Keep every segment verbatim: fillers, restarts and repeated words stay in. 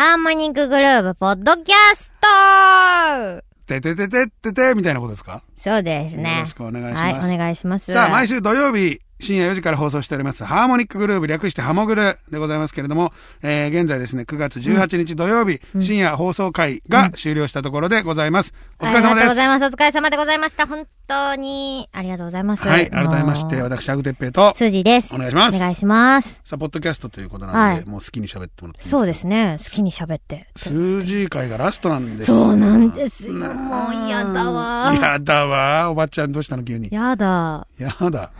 ハーモニックグルーヴポッドキャストててててててみたいなことですか？ そうですね。 よろしくお願いします。 はい、お願いします。 さあ、毎週土曜日、深夜よじから放送しております、ハーモニックグルーヴ、略してハモグルでございますけれども、えー、現在ですね、くがつじゅうはちにち土曜日、うん、深夜放送会が終了したところでございます。うん、お疲れ様です。 ありがとうございます。お疲れ様でございました。本当に、ありがとうございます。 はい、改めまして、私、アグテッペイと、 スージーです。 お願いします。 お願いします。 さあ、ポッドキャストということなので、はい、もう好きに喋ってもらっていいですか？ そうですね、好きに喋って。 スージー会がラストなんです。 そうなんですよ。もう嫌だわ。 嫌だわ。おばちゃんどうしたの急に。 嫌だ。 嫌だ。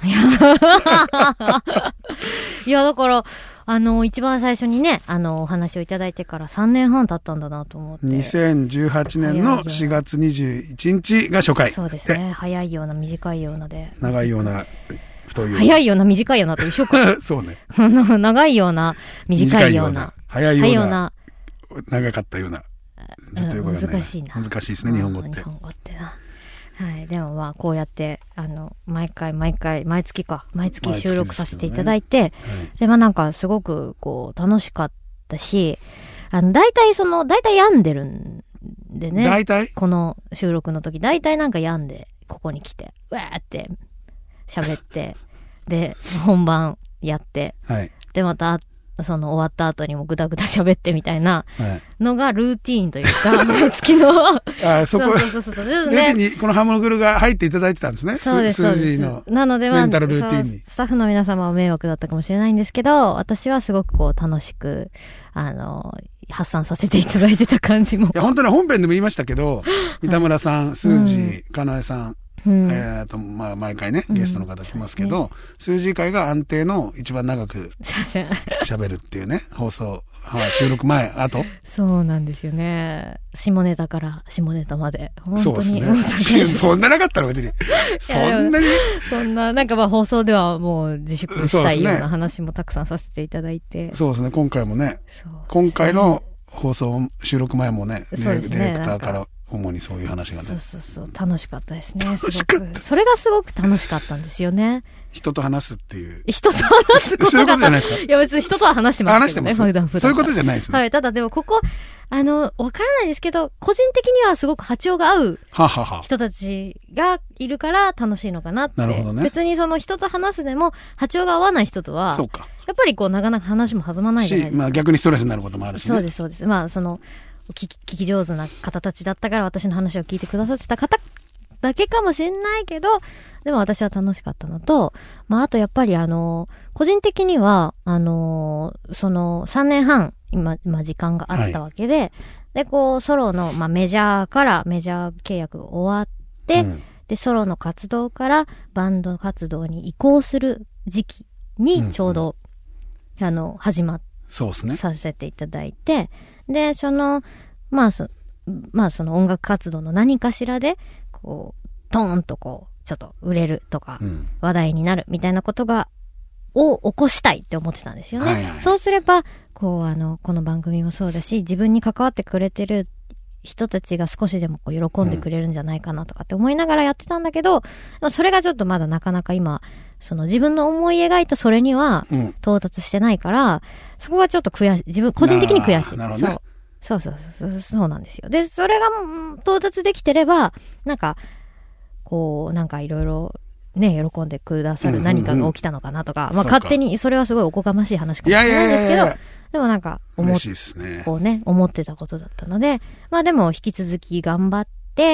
いや、だから、あの、一番最初にね、あの、お話をいただいてからさんねんはん経ったんだなと思って。 にせんじゅうはちねんのしがつにじゅういちにちが初回。 そうですね。早いような、短いようなで。 長いような、太いような。 早いような、短いようなと一緒か。 そうね。 長いような、短いような。 早いような。長かったような。 ずっとよくわかんない。難しいな。 難しいですね、日本語って。 日本語ってな。はい。でもまあ、こうやって、あの、毎回、毎回、毎月か、毎月収録させていただいて、で, ねはい、で、まあなんか、すごく、こう、楽しかったし、あの、大体その、大体病んでるんでね。 大体この収録の時、大体なんか病んで、ここに来て、わーって喋って、で、本番やって、はい、で、また、その終わった後にもぐだぐだ喋ってみたいなのがルーティーンというか、毎月の。 ああ、そこ、そうそうそうそう。ね、にこのハモグルが入っていただいてたんですね。 そうです、そうです。なので、まあ、メンタルルーティーンに。スタッフの皆様は迷惑だったかもしれないんですけど、私はすごくこう楽しく、あの、発散させていただいてた感じも。いや、本当に本編でも言いましたけど、三田村さん、スージー、かなえさん、うん、えっと、まあ、毎回ね、ゲストの方来ますけど、うん、数字会が安定の一番長く喋るっていうね、放送、はい、収録前、後。 そうなんですよね。下ネタから下ネタまで。本当に。 そうですね。そんななかったら別に。そんなに。 そんな、なんかまあ放送ではもう自粛したいような話もたくさんさせていただいて。 そうですね、今回もね。今回の放送、収録前もね、ディレクターから。主にそういう話がね。 そうそうそう。楽しかったですね。すごく。それがすごく楽しかったんですよね。 人と話すっていう。 人と話すことが。 そういうことじゃないですか。 いや別に人とは話してますけどね。 話してます。普段普段。そういうことじゃないですね。 はい。ただでもここ、あの、わからないですけど、個人的にはすごく波長が合う人たちがいるから楽しいのかなって。 なるほどね。 別にその人と話すでも波長が合わない人とは、 そうか。 やっぱりこうなかなか話も弾まないじゃないですか。 まあ逆にストレスになることもあるしね。 そうです、そうです。まあその、聞き、聞き上手な方たちだったから私の話を聞いてくださってた方だけかもしれないけど、でも私は楽しかったのと、まああとやっぱりあの、個人的には、あの、そのさんねんはん、今、今時間があったわけで、はい、で、こう、ソロの、まあメジャーからメジャー契約が終わって、うん、で、ソロの活動からバンド活動に移行する時期にちょうど、うんうん、あの、始まって、 そうですね。 させていただいて、で、その、まあそ、まあその音楽活動の何かしらで、こう、トーンとこう、ちょっと売れるとか、うん、話題になるみたいなことが、を起こしたいって思ってたんですよね。はいはい、そうすれば、こう、あの、この番組もそうだし、自分に関わってくれてる人たちが少しでもこう喜んでくれるんじゃないかなとかって思いながらやってたんだけど、うん、それがちょっとまだなかなか今、その自分の思い描いたそれには到達してないから、うん、そこがちょっと悔しい。自分、個人的に悔しい。 なるほどね。 そう。そうそうそう、そうなんですよ。で、それが到達できてれば、なんか、こう、なんかいろいろ、ね、喜んでくださる何かが起きたのかなとか、うんうんうん、まあ勝手に、それはすごいおこがましい話かもしれないんですけど、いやいやいやいやでもなんか思っ、嬉しいですね。こうね、思ってたことだったので、まあでも引き続き頑張って、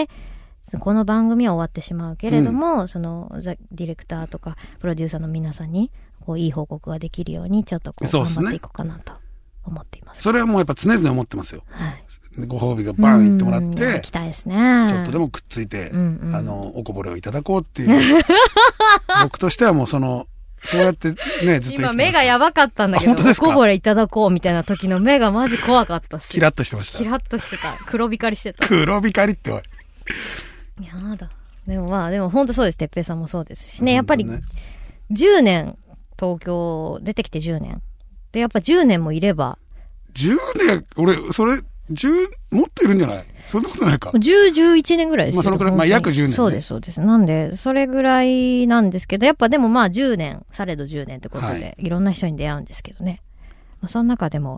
この番組は終わってしまうけれども、うん、その、ディレクターとか、プロデューサーの皆さんに、こう、いい報告ができるように、ちょっとこう、頑張っていこうかなと思っています。 それはもうやっぱ常々思ってますよ。はい。ご褒美がバーンいってもらって、 行きたいですね。 ちょっとでもくっついて、うんうん、あの、おこぼれをいただこうっていう。僕としてはもうその、そうやってね、ずっと今目がやばかったんだけど、おこぼれいただこうみたいな時の目がマジ怖かったっす。 キラッとしてました。 キラッとしてた。黒光りしてた。 黒光りっておい。 やだ。でもまあ、でも本当そうです。てっぺいさんもそうですしね。やっぱり、じゅうねん、東京出てきてじゅうねん。で、やっぱじゅうねんもいれば。 じゅうねん、俺、それ、じゅう、もっといるんじゃない？そんなことないか。 じゅう、じゅういちねんぐらいですよ。 まあそのくらい、まあ約じゅうねん、ね。 そうです、そうです。なんで、それぐらいなんですけど、やっぱでもまあじゅうねん、されどじゅうねんってことで、はい、いろんな人に出会うんですけどね。まあその中でも、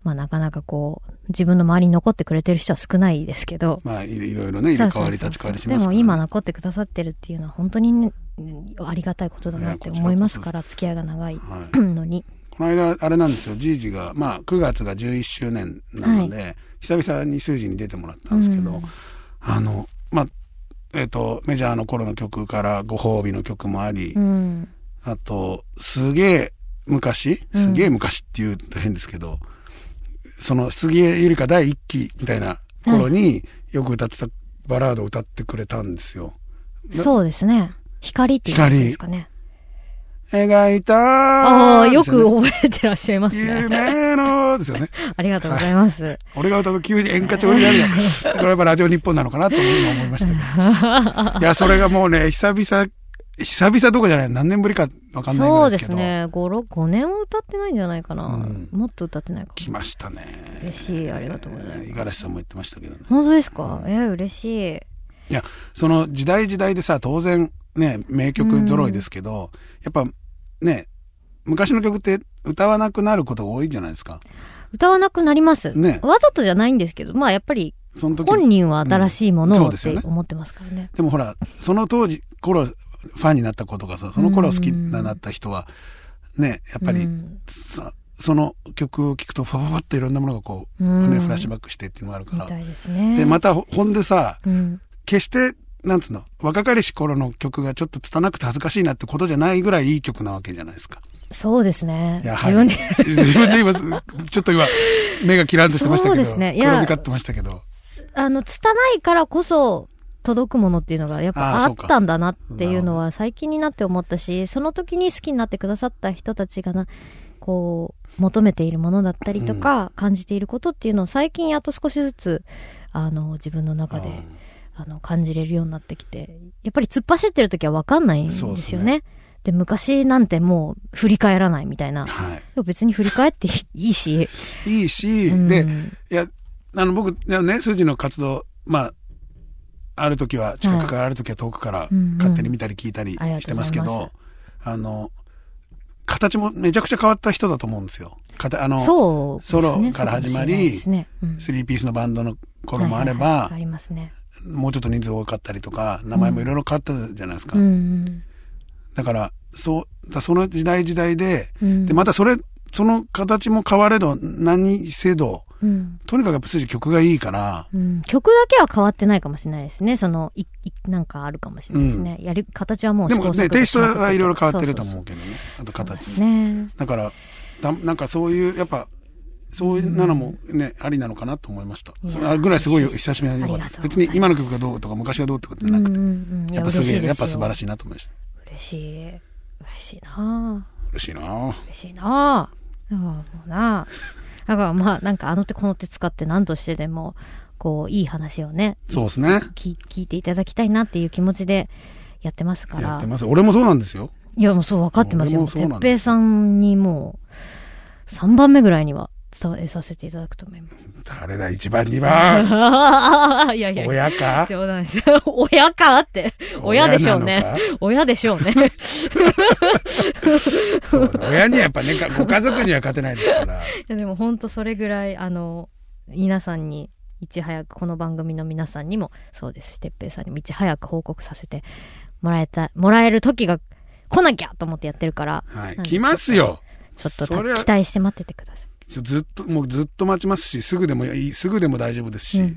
まあなかなかこう、自分の周りに残ってくれてる人は少ないですけど。 まあいろいろね、入れ替わり立ち替わりしますからね。 でも今残ってくださってるっていうのは本当に、ね、ありがたいことだなって思いますから、付き合いが長いのに。 はい、この間、あれなんですよ、じいじが、まあくがつがじゅういっしゅうねんなので、はい、久々に数字に出てもらったんですけど、うん、あの、まあ、えっと、メジャーの頃の曲からご褒美の曲もあり、うん、あと、すげえ昔、すげえ昔って言うと変ですけど、うん、その杉江ゆりか第一期みたいな頃によく歌ってたバラードを歌ってくれたんですよ。 そうですね。光って言うんですかね。 描いたー、ね。 ああ、よく覚えてらっしゃいますね。 夢のですよね。 ありがとうございます。はい、 俺が歌うと急に演歌調になるよ。これやっぱラジオ日本なのかなと思いましたけど。いや、それがもうね、久々、久々どこじゃない、何年ぶりかわかんないぐらいですけど。 そうですね。ご、ろく、ごねんは歌ってないんじゃないかな。うん、もっと歌ってないかも。 来ましたね。 嬉しい。ありがとうございます。 五十嵐さんも言ってましたけどね。 本当ですか？えー、嬉しい。 いや、その時代時代でさ、当然ね、名曲揃いですけど、やっぱね、昔の曲って歌わなくなることが多いじゃないですか。 歌わなくなります。ね。わざとじゃないんですけど、まあやっぱり、本人は新しいものをって思ってますからね。 うん、でもほら、その当時、頃、ファンになった子とかさ、その頃好きになった人は、ね、やっぱり、さ、その曲を聴くと、ファファファっていろんなものがこう、ね、フラッシュバックしてっていうのがあるから。 みたいですね。 で、また、ほんでさ、うん、決して、なんつうの、若かりし頃の曲がちょっと拙くて恥ずかしいなってことじゃないぐらいいい曲なわけじゃないですか。 そうですね。 いや、はい、自分で。自分で今、ちょっと今、目がキランとしてましたけど。そうですね。いや、転びかってましたけど。 あの、拙いからこそ、届くものっていうのがやっぱあったんだなっていうのは最近になって思ったし、その時に好きになってくださった人たちがな、こう、求めているものだったりとか、感じていることっていうのを最近やっと少しずつ、あの、自分の中で、あの、感じれるようになってきて、やっぱり突っ走ってる時は分かんないんですよね。そうですね。で、昔なんてもう振り返らないみたいな。はい、別に振り返っていいし。 いいし、うん、で、いや、あの、僕、ね、数字の活動、まあ、ある時は近くから、はい、ある時は遠くから勝手に見たり聞いたりしてますけど、うんうん、あ, あの、形もめちゃくちゃ変わった人だと思うんですよ。あの、そうですね、ソロから始まり、ねうん、スリーピースのバンドの頃もあれば、はいはいはい、ありますね。もうちょっと人数多かったりとか、名前もいろいろ変わったじゃないですか。うんうん、だから、そう、その時代時代で、うん、で、またそれ、その形も変われど、何せど、うん、とにかくやっぱ筋曲がいいから、 うん、曲だけは変わってないかもしれないですね。その、い、いなんかあるかもしれないですね。うん、やる、形はもう試行錯誤してでもね、テイストはいろいろ変わってると思うけどね。そうそうそうあと形。ね。だから、だなんかそういう、やっぱ、そういうなのもね、うん、ありなのかなと思いました。それぐらいすごい久しぶりに良かったです。別に今の曲がどうとか昔がどうってことじゃなくて、うんうんうん、やっぱすげえ、やっぱ素晴らしいなと思いました。 嬉しい。嬉しいな嬉しいな嬉しいなぁ。もうなだからまあ、なんかあの手この手使って何としてでも、こう、いい話をね。 そうですね。 聞いていただきたいなっていう気持ちでやってますから。 やってます。俺もそうなんですよ。 いや、もうそう分かってますよ。てっぺいさんにもう、さんばんめぐらいには伝えさせていただくと思います。 誰だ、いちばん、にばん。 いやいや。 親か冗談です。親かって。親でしょうね。親でしょうね。 そうだ親にはやっぱね、ご家族には勝てないですから。 いやでも本当それぐらい、あの、皆さんに、いち早く、この番組の皆さんにも、そうですし、てっぺいさんにもいち早く報告させてもらえた、もらえる時が来なきゃと思ってやってるから。 はい。来ますよ。 ちょっと期待して待っててください。 ずっと、もうずっと待ちますし、すぐでもいい、すぐでも大丈夫ですし、うんうん、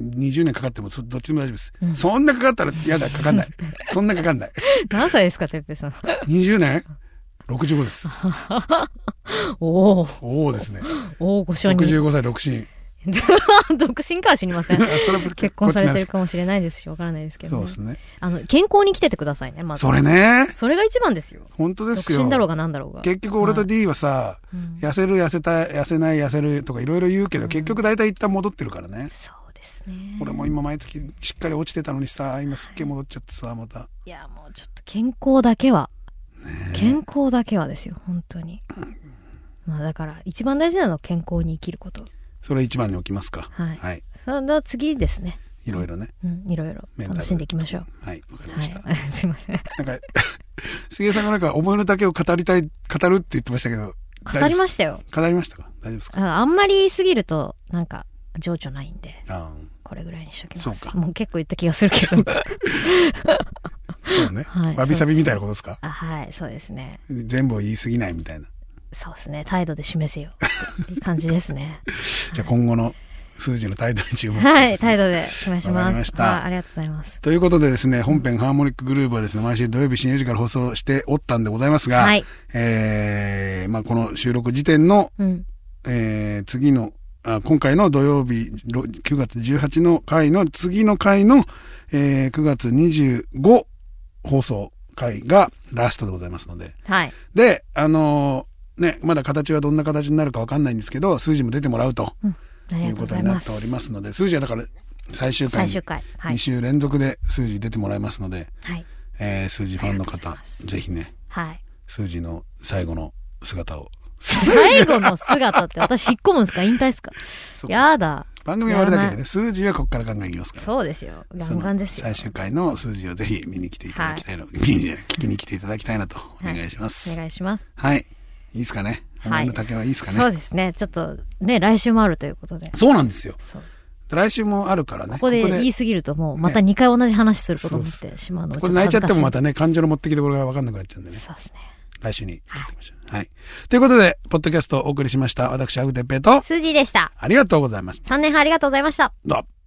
にじゅうねんかかってもどっちでも大丈夫です。うん、そんなかかったら嫌だ、かかんない。そんなかかんない。 何歳ですか、てっぺいさん。 にじゅうねん ?ろくじゅうご です。 おお。 おおですね。 おお、ご承認。 ろくじゅうごさい独身。 独身かは知りません。結婚されてるかもしれないですし、わからないですけど、ね。 そうですね。 あの、健康に来ててくださいね、まず。 それね。 それが一番ですよ。 本当ですよ。 独身だろうがなんだろうが。 結局俺と D はさ、はいうん、痩せる痩せたい、痩せない痩せるとかいろいろ言うけど、うん、結局大体一旦戻ってるからね。 そうですね。 俺も今毎月しっかり落ちてたのにさ、今すっげえ戻っちゃってさ、また。 いや、もうちょっと健康だけは。健康だけはですよ、本当に。うん、まあだから、一番大事なのは健康に生きること。 それ一番に置きますか。 はい。はい。その次ですね。 いろいろね。 うん、いろいろ楽しんでいきましょう。 はい、わかりました。 はい、すいません。 なんか、杉江さんがなんか思いの丈を語りたい、語るって言ってましたけど、 語りましたよ。 語りましたか？大丈夫ですか？ あんまり言いすぎると、なんか、情緒ないんで。 あこれぐらいにしときます。 そうか。 もう結構言った気がするけど。 そうね。はい。わびさびみたいなことですか？ あ、はい、そうですね。 全部を言い過ぎないみたいな。 そうですね。態度で示せよ。っていう感じですね。 じゃあ今後の数字の態度に注目、 ね。はい、態度で示します。わかりました。 あ。ありがとうございます。 ということでですね、本編ハーモニックグルーヴはですね、毎週土曜日深夜よじから放送しておったんでございますが、はい。えー、まあこの収録時点の、うん、えー、次の、あ今回の土曜日くがつじゅうはちの回の次の回の、えー、くがつにじゅうご放送回がラストでございますので。 はい。 で、あのー、ね、まだ形はどんな形になるかわかんないんですけど、数字も出てもらうと、うん、ありがとうございます。いうことになっておりますので、数字はだから最終回に最終回、はい、 に週連続で数字出てもらいますので、 はい。 えー、数字ファンの方、ぜひね、 はい。 数字の最後の姿を。 最後の姿って私引っ込むんですか？引退ですか？やだ。 番組はあれだけどね、数字はここから考えていきますから。 そうですよ。ガンガンですよ。 最終回の数字をぜひ見に来ていただきたいの、はい、聞きに来ていただきたいなとお願いします。 はい、お願いします。 はい。いいですかね？はい。の竹はいいですかね？ そうですね。ちょっとね、来週もあるということで。 そうなんですよ。そう。来週もあるからね。 ここで言い過ぎるともうまたにかい同じ話することになってしまうので。 これ泣いちゃってもまたね、感情の持ってきどころが分かんなくなっちゃうんでね。 そうですね。 来週にやってみましょう。はい。ということで、ポッドキャストをお送りしました。私、アグテッペイと、 スージーでした。 ありがとうございました。 さんねんはんありがとうございました。 どう